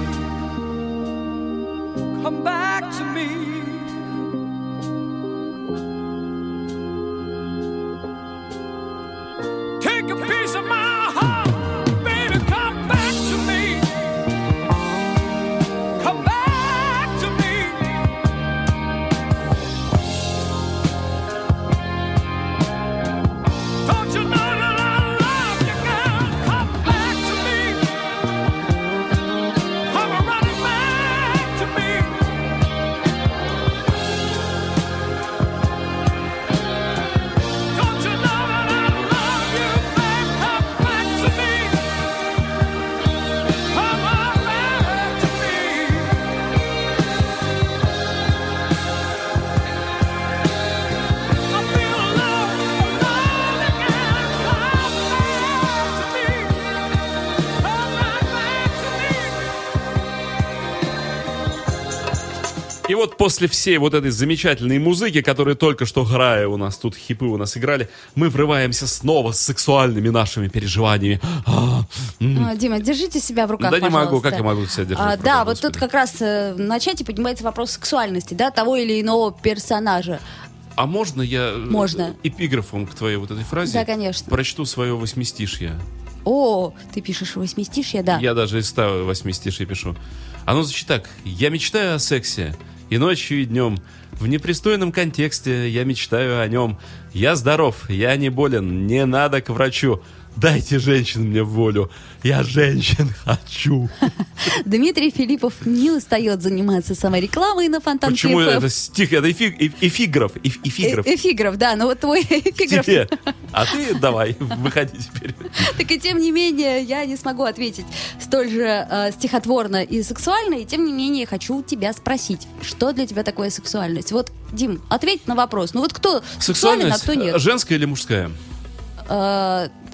Come back to me. Take a piece of my heart, baby, come back to me. Come back to me. Don't you know that I love you, girl? Come back to me. Come running back to me. Don't you know that I love you, babe? Come back to me. Come on back to me. I feel alone, alone again. Come back to me. Come right back to me. И вот после всей вот этой замечательной музыки, которая только что грая у нас тут, хипы у нас играли, мы врываемся снова с сексуальными нашими переживаниями. А, м. А, Дима, держите себя в руках, Да не могу, пожалуйста. как я могу себя держать А, в руках, да, вот господи. тут как раз э, на чате поднимается вопрос сексуальности, да, того или иного персонажа. А можно я э, Можно. эпиграфом к твоей вот этой фразе Да, конечно. прочту свое восьмистишье? О, ты пишешь восьмистишье, да. Я даже из ста восьмистишей пишу. Оно звучит так. Я мечтаю о сексе и ночью, и днем. В непристойном контексте я мечтаю о нем. Я здоров, я не болен, не надо к врачу. Дайте женщин мне волю, я женщин хочу. Дмитрий Филиппов не устает заниматься саморекламой на Фонтан Почему КФМ. это стих? Это эфи- эф- эфиграф. эф- Эфиграф. Э- Эфиграф, да, ну вот твой эфиграф. Тебе. А ты давай, выходи теперь. Так и тем не менее, я не смогу ответить столь же э, стихотворно и сексуально, и тем не менее хочу тебя спросить, что для тебя такое сексуальность? Вот, Дим, ответь на вопрос. Ну вот кто сексуален, а Сексуальность кто нет? женская или мужская? Э,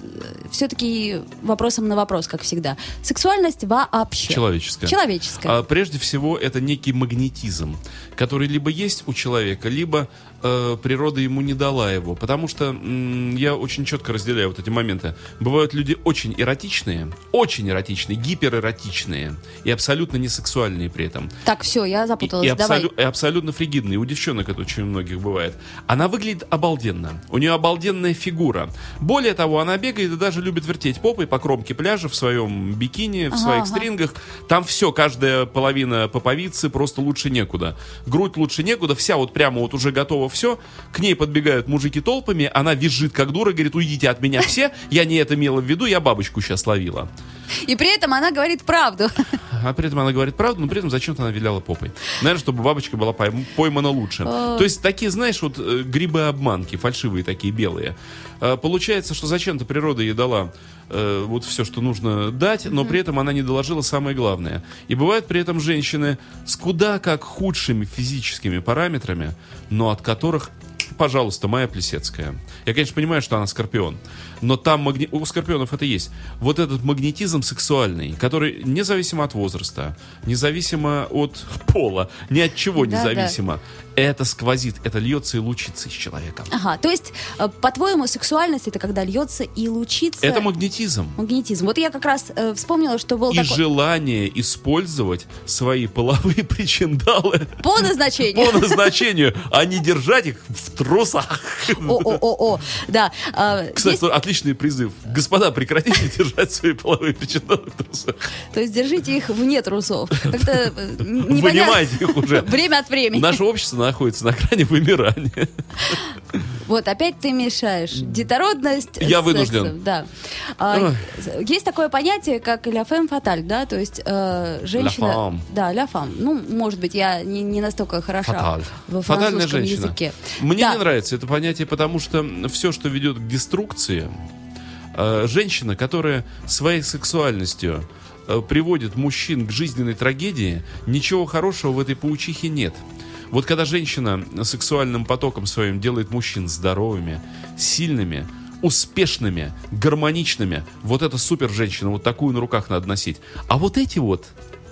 все-таки вопросом на вопрос, как всегда. Сексуальность вообще. Человеческая. Человеческая. А, прежде всего, это некий магнетизм, который либо есть у человека, либо э, природа ему не дала его. Потому что м, я очень четко разделяю вот эти моменты. Бывают люди очень эротичные, очень эротичные, гиперэротичные и абсолютно не сексуальные при этом. Так, все, я И, запуталась. и Давай. абсолю- и абсолютно фригидные. У девчонок это очень у многих бывает. Она выглядит обалденно. У нее обалденная фигура. Более того, она бегает и даже любит вертеть попой по кромке пляжа в своем бикини, в Ага, своих ага. стрингах. Там все, каждая половина поповицы просто лучше некуда. Грудь лучше некуда, вся вот прямо вот уже готова все. К ней подбегают мужики толпами, она визжит как дура, говорит: уйдите от меня все, я не это имела в виду, я бабочку сейчас ловила. И при этом она говорит правду. А при этом она говорит правду, но при этом зачем-то она виляла попой. Наверное, чтобы бабочка была пойм- поймана лучше. То есть такие, знаешь, вот э, грибы-обманки, фальшивые такие, белые. Э, Получается, что зачем-то природа ей дала э, вот все, что нужно дать, но при этом она не доложила самое главное. И бывают при этом женщины с куда как худшими физическими параметрами, но от которых... Пожалуйста, Майя Плесецкая. Я, конечно, понимаю, что она скорпион, но там магни... у скорпионов это есть. Вот этот магнетизм сексуальный, который независимо от возраста, независимо от пола, ни от чего Да, независимо, это сквозит, это льется и лучится из человека. Ага, то есть, э, по-твоему, сексуальность это когда льется и лучится? Это магнетизм. Магнетизм. Вот я как раз э, вспомнила, что был И такой... желание использовать свои половые причиндалы По назначению. по назначению, а не держать их в трусах. О-о-о-о, да. а, Кстати, есть- отличный призыв. Господа, прекратите держать свои половые причиндалы в трусах. То есть держите их вне трусов. Как-то э, непонятно. Вынимайте их уже. Время от времени. Наше общество находится на грани вымирания. Вот, опять ты мешаешь. Детородность Я с вынужден. сексом, да. А, есть такое понятие, как ля фemme fatale, да, то есть э, женщина... La femme. Да, ля femme. Ну, может быть, я не, не настолько хороша Фаталь. во Фатальная французском женщина. языке. Мне Да. не нравится это понятие, потому что все, что ведет к деструкции, э, женщина, которая своей сексуальностью э, приводит мужчин к жизненной трагедии, ничего хорошего в этой паучихе нет. Вот когда женщина сексуальным потоком своим делает мужчин здоровыми, сильными, успешными, гармоничными, вот это супер женщина, вот такую на руках надо носить. А вот эти вот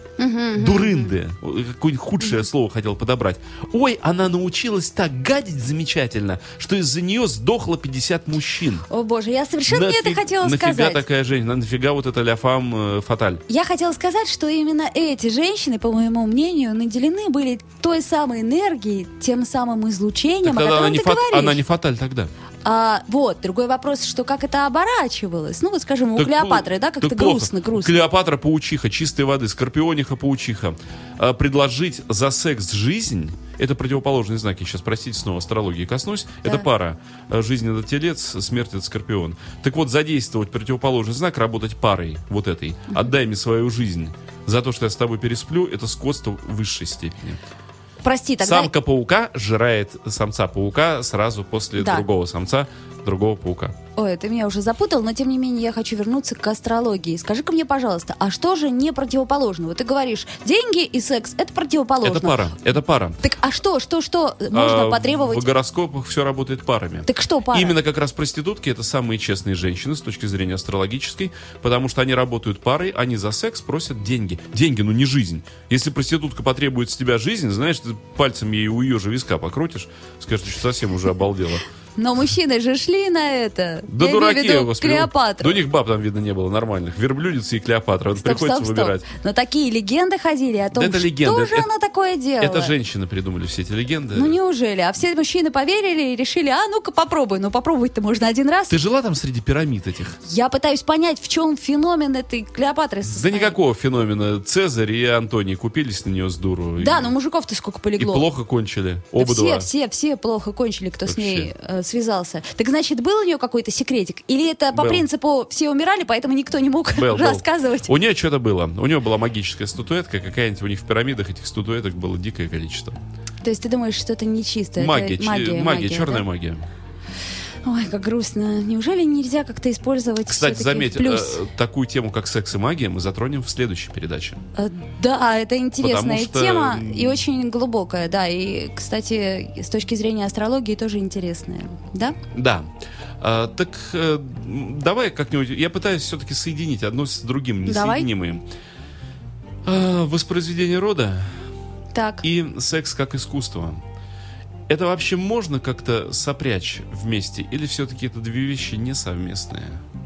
дурынды, какое-нибудь худшее слово хотел подобрать. Ой, она научилась так гадить замечательно, что из-за нее сдохло пятьдесят мужчин. О боже, я совершенно не это Нафиг- хотела нафига сказать. такая женщина? Нафига вот эта ля фам э, фаталь? Я хотела сказать, что именно эти женщины, по моему мнению, наделены были той самой энергией, тем самым излучением, Так о тогда котором она не, ты фат- говоришь. она не фаталь тогда. А, вот, другой вопрос, что как это оборачивалось. Ну, вот, скажем, у Так Клеопатры, плохо. да, как-то Так плохо. грустно, грустно. Клеопатра паучиха, чистой воды, скорпиониха паучиха. А, предложить за секс жизнь, это противоположные знаки. Сейчас, простите, снова астрологии коснусь. Это пара. А, Жизнь — это телец, смерть — это скорпион. Так вот, задействовать противоположный знак, работать парой вот этой. Отдай мне свою жизнь. За то, что я с тобой пересплю, это скотство в высшей степени. Прости, тогда... Самка паука жирает самца паука сразу после Да. другого самца, другого паука. Ой, ты меня уже запутал, но тем не менее я хочу вернуться к астрологии. Скажи-ка мне, пожалуйста, а что же не противоположно? Вот ты говоришь, деньги и секс — это противоположно. Это пара. Это пара. Так а что, что, что можно А, потребовать? В гороскопах все работает парами. Так что пара? Именно как раз проститутки — это самые честные женщины с точки зрения астрологической, потому что они работают парой, они за секс просят деньги. Деньги, ну не жизнь. Если проститутка потребует с тебя жизнь, знаешь, ты пальцем ей у ее же виска покрутишь, скажешь, ты что, совсем уже обалдела. Но мужчины же шли на это. Да Я дураки, имею в виду господи. Клеопатру. Да у них баб там, видно, не было нормальных. Верблюдица и Клеопатра. Вот Стоп, приходится стоп, стоп. выбирать. Но такие легенды ходили о том, это что легенды. же Это- она такое делала. Это женщины придумали все эти легенды. Ну неужели? А все мужчины поверили и решили, а ну-ка попробуй. Ну попробовать-то можно один раз. Ты жила там среди пирамид этих? Я пытаюсь понять, в чем феномен этой Клеопатры Да состоит. никакого феномена. Цезарь и Антоний купились на нее с дуру. Да, и, но мужиков-то сколько и полегло. плохо кончили. Да Оба все, два. все, все плохо кончили, кто с Вообще. ней э, связался. Так значит, был у нее какой-то секретик? Или это по Был. принципу все умирали, поэтому никто не мог Был, был. рассказывать? У нее что-то было. У нее была магическая статуэтка. Какая-нибудь у них в пирамидах этих статуэток было дикое количество. То есть ты думаешь, что это нечисто? Магия, это ч- магия, магия, черная да? магия. Ой, как грустно. Неужели нельзя как-то использовать Кстати, всё-таки заметь, в плюс? э, такую тему, как секс и магия, мы затронем в следующей передаче. Э, Да, это интересная Потому что, тема м, и очень глубокая, да. И, кстати, с точки зрения астрологии тоже интересная, да? Да. А, так э, давай как-нибудь... Я пытаюсь все-таки соединить одно с другим, несоединимые. А, воспроизведение рода Так. и секс как искусство. Это вообще можно как-то сопрячь вместе? Или все-таки это две вещи несовместные?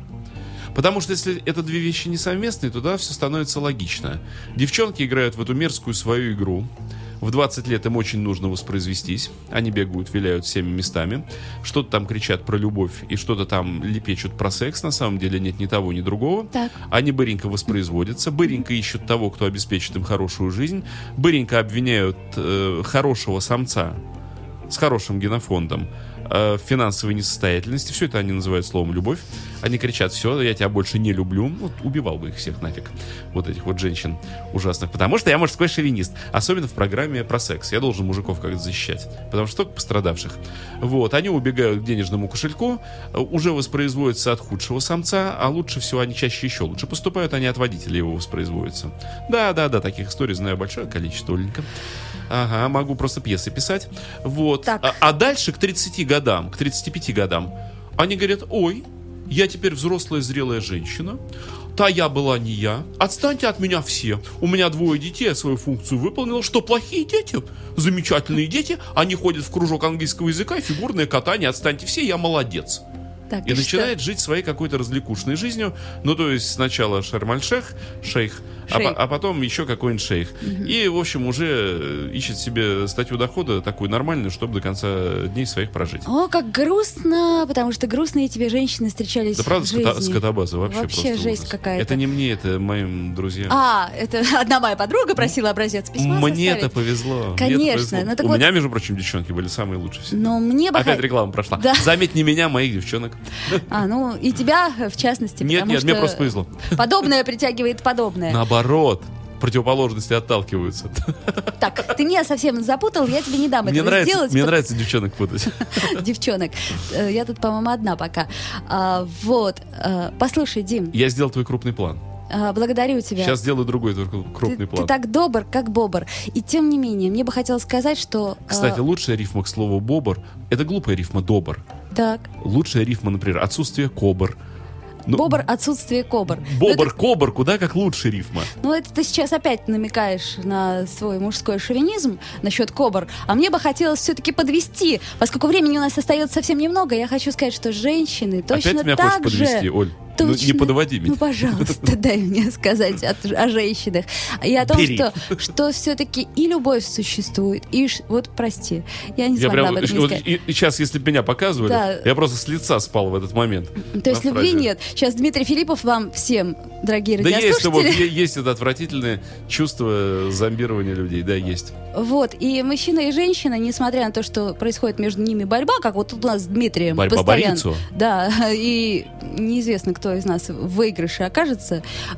Потому что если это две вещи несовместные, то да, все становится логично. Девчонки играют в эту мерзкую свою игру. В двадцать лет им очень нужно воспроизвестись. Они бегают, виляют всеми местами. Что-то там кричат про любовь и что-то там лепечут про секс. На самом деле нет ни того, ни другого. Так. Они быренько воспроизводятся. Быренько ищут того, кто обеспечит им хорошую жизнь. Быренько обвиняют э, хорошего самца с хорошим генофондом в финансовой несостоятельности. Все это они называют словом «любовь». Они кричат: все, я тебя больше не люблю. Вот убивал бы их всех нафиг, вот этих вот женщин ужасных. Потому что я мужской шовинист. Особенно в программе про секс. Я должен мужиков как-то защищать. Потому что только пострадавших. Вот, они убегают к денежному кошельку, уже воспроизводятся от худшего самца, а лучше всего они чаще еще лучше поступают, они от водителя его воспроизводятся. Да-да-да, таких историй знаю большое количество, Оленька. Ага, могу просто пьесы писать. Вот. А, а дальше к тридцати годам, к тридцати пяти годам, они говорят: ой, я теперь взрослая зрелая женщина. Та я была не я. Отстаньте от меня все. У меня двое детей, я свою функцию выполнил. Что, плохие дети? Замечательные дети. Они ходят в кружок английского языка и фигурное катание. Отстаньте все, я молодец. Так, И, и начинает жить своей какой-то развлекушной жизнью. Ну, то есть сначала Шарм-аль-Шейх, шейх, а, Шейх. по- а потом еще какой-нибудь шейх. И, в общем, уже ищет себе статью дохода такую нормальную, чтобы до конца дней своих прожить. О, как грустно, потому что грустные тебе женщины встречались Да правда, в скота- жизни. скотобаза вообще, Вообще просто жесть ужас. какая-то. Это не мне, это моим друзьям. А, это одна моя подруга просила образец письма Мне-то составить. повезло. мне-то Конечно, повезло. ну так У вот- меня, между прочим, девчонки были самые лучшие всегда. Но мне бы... Опять хо- реклама прошла. Да. Заметь, не меня, моих девчонок. А, ну и тебя в частности. Нет, потому нет, что мне просто повезло. Подобное притягивает подобное. Наоборот, противоположности отталкиваются. Так, ты меня совсем запутал, я тебе не дам Мне этого нравится, сделать. мне пот- нравится девчонок путать. Девчонок. Э, Я тут, по-моему, одна пока. А, вот. э, Послушай, Дим, Я сделал твой крупный план. э, благодарю тебя. Сейчас сделаю другой только крупный ты, план. ты так добр, как бобр. И тем не менее, мне бы хотелось сказать, что... э, Кстати, лучшая рифма к слову «бобр» — это глупая рифма «добр». Так. Лучшая рифма, например, «отсутствие кобр». Ну, Бобр, отсутствие кобр. Ну, это- Бобр-кобр, куда как лучше рифма. Ну, это ты сейчас опять намекаешь на свой мужской шовинизм насчет кобр. А мне бы хотелось все-таки подвести, поскольку времени у нас остается совсем немного, я хочу сказать, что женщины точно Опять меня так хочешь же... подвести, Оль? Ну, не Точно. подводи меня. Ну, пожалуйста, дай мне сказать от- о женщинах. И о том, Бери. что, что все-таки и любовь существует, и... ш- Вот, прости, я не Я смогла прям, об этом вот сказать. и, и сейчас, если бы меня показывали, Да. я просто с лица спал в этот момент. То есть на любви фразе. нет. Сейчас Дмитрий Филиппов вам всем, дорогие Да есть, вот, радиослушатели... е- есть это отвратительное чувство зомбирования людей, да, есть. Вот, и мужчина и женщина, несмотря на то, что происходит между ними борьба, как вот тут у нас с Дмитрием Борьба постоянно. Борису? Да, и неизвестно, кто из нас в выигрыше окажется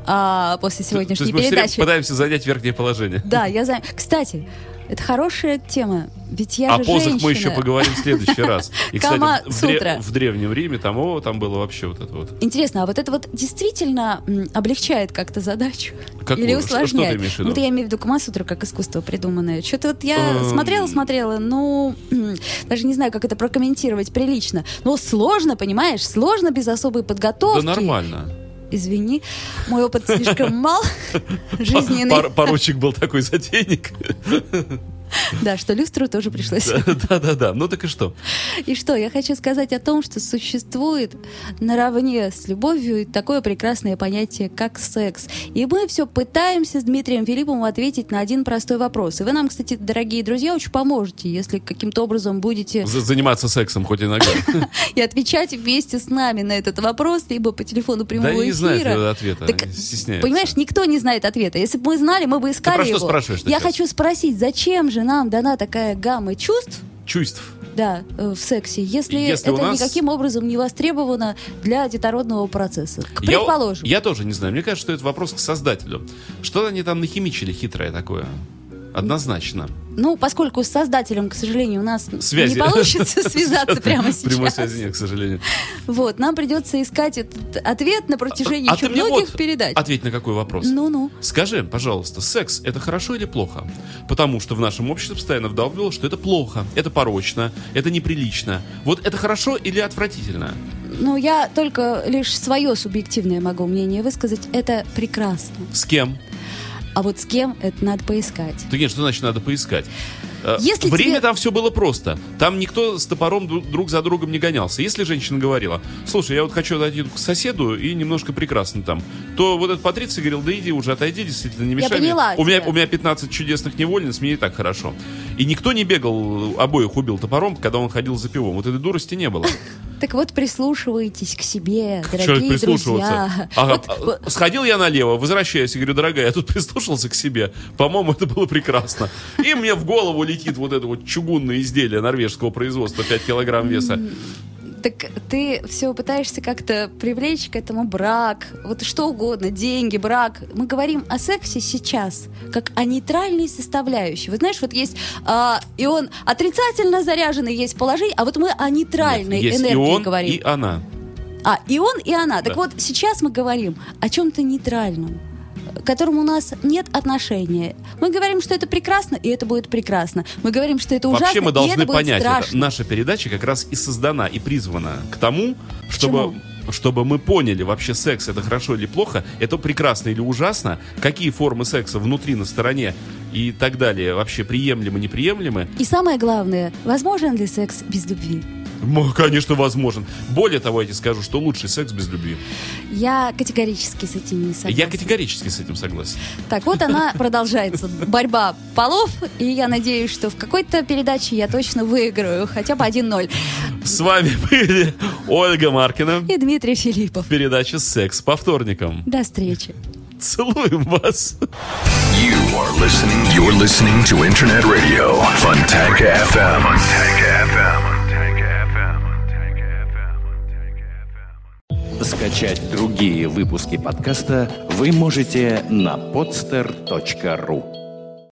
а, после То сегодняшней есть мы все время передачи. пытаемся занять верхнее положение. Да, я за... Кстати, это хорошая тема, ведь я О же позах женщина. мы еще поговорим в следующий раз. И, кстати, Кама в, дре- Сутра. в Древнем Риме там, о, там было вообще вот это вот. Интересно, а вот это вот действительно м, облегчает как-то задачу? Какую? Или Что- что ты усложняет? имеешь в виду? Вот я имею в виду Камасутру как искусство придуманное. Что-то вот я Эм. смотрела, смотрела, ну, м, даже не знаю, как это прокомментировать прилично. Но сложно, понимаешь, сложно без особой подготовки. Да нормально. Извини, мой опыт слишком мал, жизненный. Пор- Поручик был такой затейник. Да, что люстру тоже пришлось. Да-да-да. Ну так и что? И что, я хочу сказать о том, что существует наравне с любовью такое прекрасное понятие, как секс. И мы все пытаемся с Дмитрием Филипповым ответить на один простой вопрос. И вы нам, кстати, дорогие друзья, очень поможете, если каким-то образом будете За- Заниматься сексом хоть иногда. и отвечать вместе с нами на этот вопрос, либо по телефону прямого Да эфира. не знают ответа, Так, они стесняются. понимаешь, никто не знает ответа. Если бы мы знали, мы бы искали про что его. спрашиваешь-то Я сейчас? хочу спросить, зачем же нам дана такая гамма чувств, Чувств. да, э, в сексе, если, Если у это нас- никаким образом не востребовано для детородного процесса. К Я- предположим. Я, тоже не знаю. Мне кажется, что это вопрос к создателю. Что они там нахимичили хитрое такое? Однозначно. Ну, поскольку с создателем, к сожалению, у нас Связи. не получится связаться прямо Прямой сейчас. связи нет, к сожалению. Вот, нам придется искать этот ответ на протяжении А еще ты мне многих вот передач. ответь на какой вопрос. Ну-ну. Скажи, пожалуйста, секс — это хорошо или плохо? Потому что в нашем обществе постоянно вдалбливало, что это плохо, это порочно, это неприлично. Вот это хорошо или отвратительно? Ну, я только лишь свое субъективное могу мнение высказать. Это прекрасно. С кем? А вот с кем, это надо поискать. Так нет, что значит надо поискать? Э, Если Время тебе- там все было просто. Там никто с топором дру- друг за другом не гонялся. Если женщина говорила: слушай, я вот хочу отойти к соседу и немножко прекрасно там, то вот этот Патриций говорил: да иди уже, отойди, действительно, не мешай мне. поняла У меня, тебя. у меня пятнадцать чудесных невольниц, мне и так хорошо. И никто не бегал, обоих убил топором, когда он ходил за пивом. Вот этой дурости не было. Так вот, прислушивайтесь к себе, Чё дорогие прислушиваться? друзья. Ага, Вот, вот, а, сходил я налево, возвращаюсь и говорю: дорогая, я тут прислушался к себе. По-моему, это было прекрасно. И мне в голову летит вот это вот чугунное изделие норвежского производства, пять килограмм веса. Так ты все пытаешься как-то привлечь к этому брак, вот что угодно, деньги, брак. Мы говорим о сексе сейчас, как о нейтральной составляющей. Вот знаешь, вот есть а, ион отрицательно заряженный, есть положительный, а вот мы о нейтральной Есть энергии и он, говорим. и она. А, и он, и она. Так Да. вот, сейчас мы говорим о чем-то нейтральном, к которому у нас нет отношения. Мы говорим, что это прекрасно, и это будет прекрасно. Мы говорим, что это ужасно, Вообще мы и должны это будет понять это. страшно. Наша передача как раз и создана, и призвана к тому, чтобы... чему? Чтобы мы поняли, вообще секс это хорошо или плохо, это прекрасно или ужасно, какие формы секса внутри, на стороне и так далее вообще приемлемы, неприемлемы. И самое главное, возможен ли секс без любви? Ну, конечно, возможен. Более того, я тебе скажу, что лучший секс без любви. Я категорически с этим не согласна. Я категорически с этим согласен. Так, вот она продолжается. Борьба полов, и я надеюсь, что в какой-то передаче я точно выиграю, хотя бы один ноль. С вами были Ольга Маркина И Дмитрий Филиппов. в передаче «Секс по вторникам». До встречи. Целуем вас. You are listening. You're listening to Internet Radio Fontanka эф эм. Fontanka эф эм. Fontanka эф эм. Fontanka эф эм. Скачать другие выпуски подкаста вы можете на podster точка ру.